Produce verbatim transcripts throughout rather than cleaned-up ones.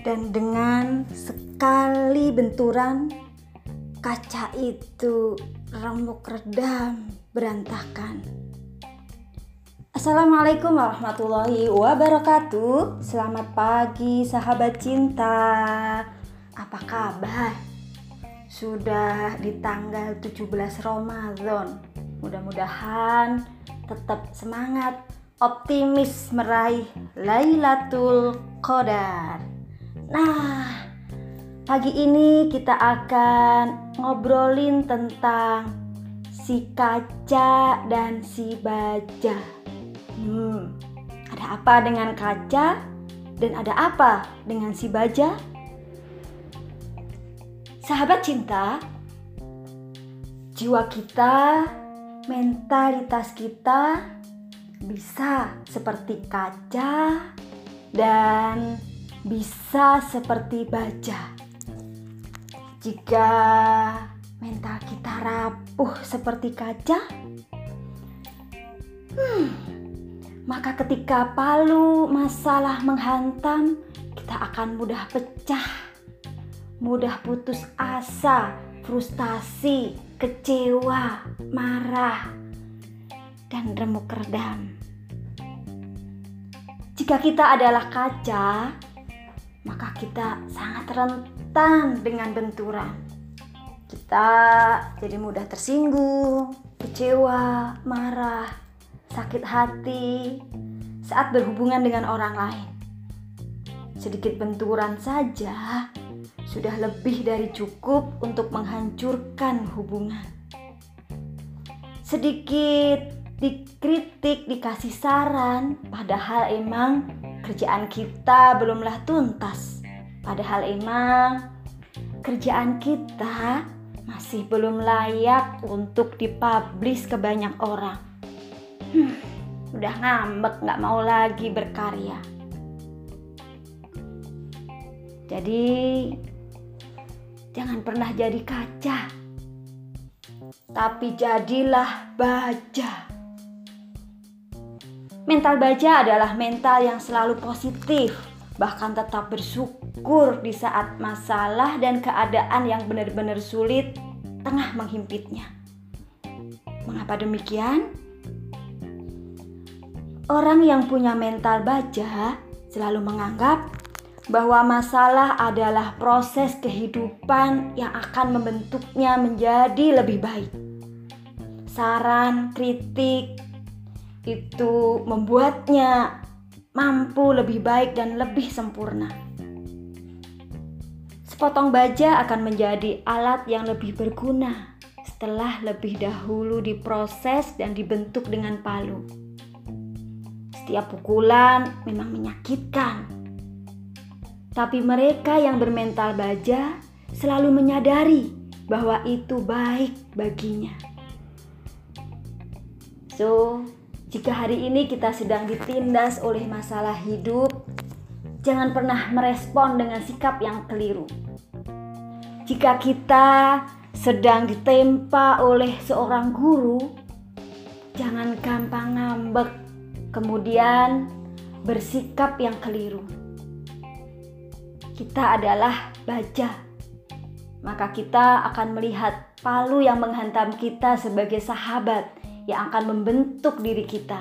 Dan dengan sekali benturan, kaca itu remuk redam berantakan. Assalamualaikum warahmatullahi wabarakatuh. Selamat pagi sahabat cinta. Apa kabar? Sudah di tanggal tujuh belas Ramadan. Mudah-mudahan tetap semangat, optimis meraih Lailatul Qadar. Nah, pagi ini kita akan ngobrolin tentang si kaca dan si baja. Hmm, ada apa dengan kaca dan ada apa dengan si baja? Sahabat cinta, jiwa kita, mentalitas kita bisa seperti kaca dan bisa seperti baja. Jika mental kita rapuh seperti kaca, hmm, maka ketika palu masalah menghantam, kita akan mudah pecah, mudah putus asa, frustasi, kecewa, marah, dan remuk redam. Jika kita adalah kaca, maka kita sangat rentan dengan benturan. Kita jadi mudah tersinggung, kecewa, marah, sakit hati saat berhubungan dengan orang lain. Sedikit benturan saja sudah lebih dari cukup untuk menghancurkan hubungan. Sedikit dikritik, dikasih saran, padahal emang kerjaan kita belumlah tuntas. Padahal emang kerjaan kita masih belum layak untuk dipublish ke banyak orang. Hmm, udah ngambek, gak mau lagi berkarya. Jadi jangan pernah jadi kaca, tapi jadilah baja. Mental baja adalah mental yang selalu positif, bahkan tetap bersyukur di saat masalah dan keadaan yang benar-benar sulit tengah menghimpitnya. Mengapa demikian? Orang yang punya mental baja selalu menganggap bahwa masalah adalah proses kehidupan yang akan membentuknya menjadi lebih baik. Saran, kritik, itu membuatnya mampu lebih baik dan lebih sempurna. Sepotong baja akan menjadi alat yang lebih berguna setelah lebih dahulu diproses dan dibentuk dengan palu. Setiap pukulan memang menyakitkan, tapi mereka yang bermental baja selalu menyadari bahwa itu baik baginya. So, jika hari ini kita sedang ditindas oleh masalah hidup, jangan pernah merespon dengan sikap yang keliru. Jika kita sedang ditempa oleh seorang guru, jangan gampang ngambek, kemudian bersikap yang keliru. Kita adalah baja, maka kita akan melihat palu yang menghantam kita sebagai sahabat yang akan membentuk diri kita.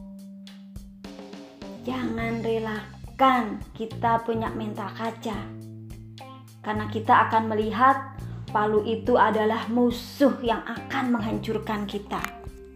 Jangan relakan kita punya mental kaca, karena kita akan melihat palu itu adalah musuh yang akan menghancurkan kita.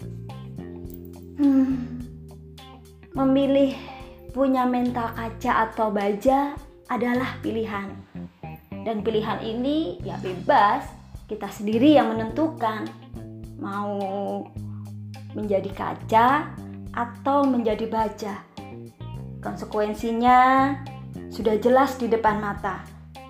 Hmm, memilih punya mental kaca atau baja adalah pilihan, dan pilihan ini ya bebas, kita sendiri yang menentukan mau menjadi kaca atau menjadi baja. Konsekuensinya sudah jelas di depan mata.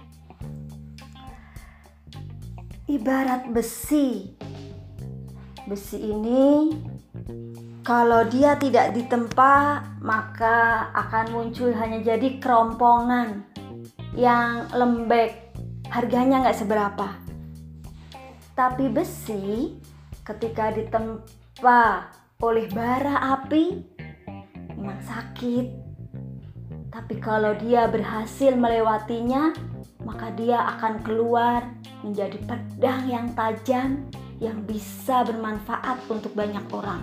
Ibarat besi. Besi ini kalau dia tidak ditempa, maka akan muncul hanya jadi kerompongan yang lembek, harganya nggak seberapa. Tapi besi ketika ditempa oleh bara api memang sakit, Tapi kalau dia berhasil melewatinya, maka dia akan keluar menjadi pedang yang tajam yang bisa bermanfaat untuk banyak orang.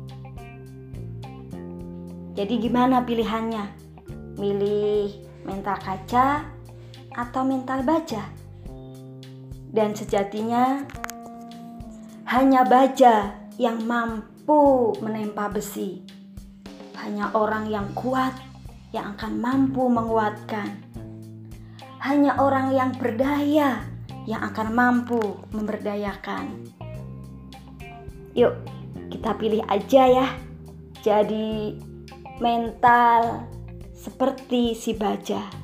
Jadi gimana pilihannya? Milih mental kaca atau mental baja? Dan sejatinya hanya baja yang mampu menempa besi. Hanya orang yang kuat yang akan mampu menguatkan. Hanya orang yang berdaya yang akan mampu memberdayakan. Yuk, kita pilih aja ya. Jadi mental seperti si baja.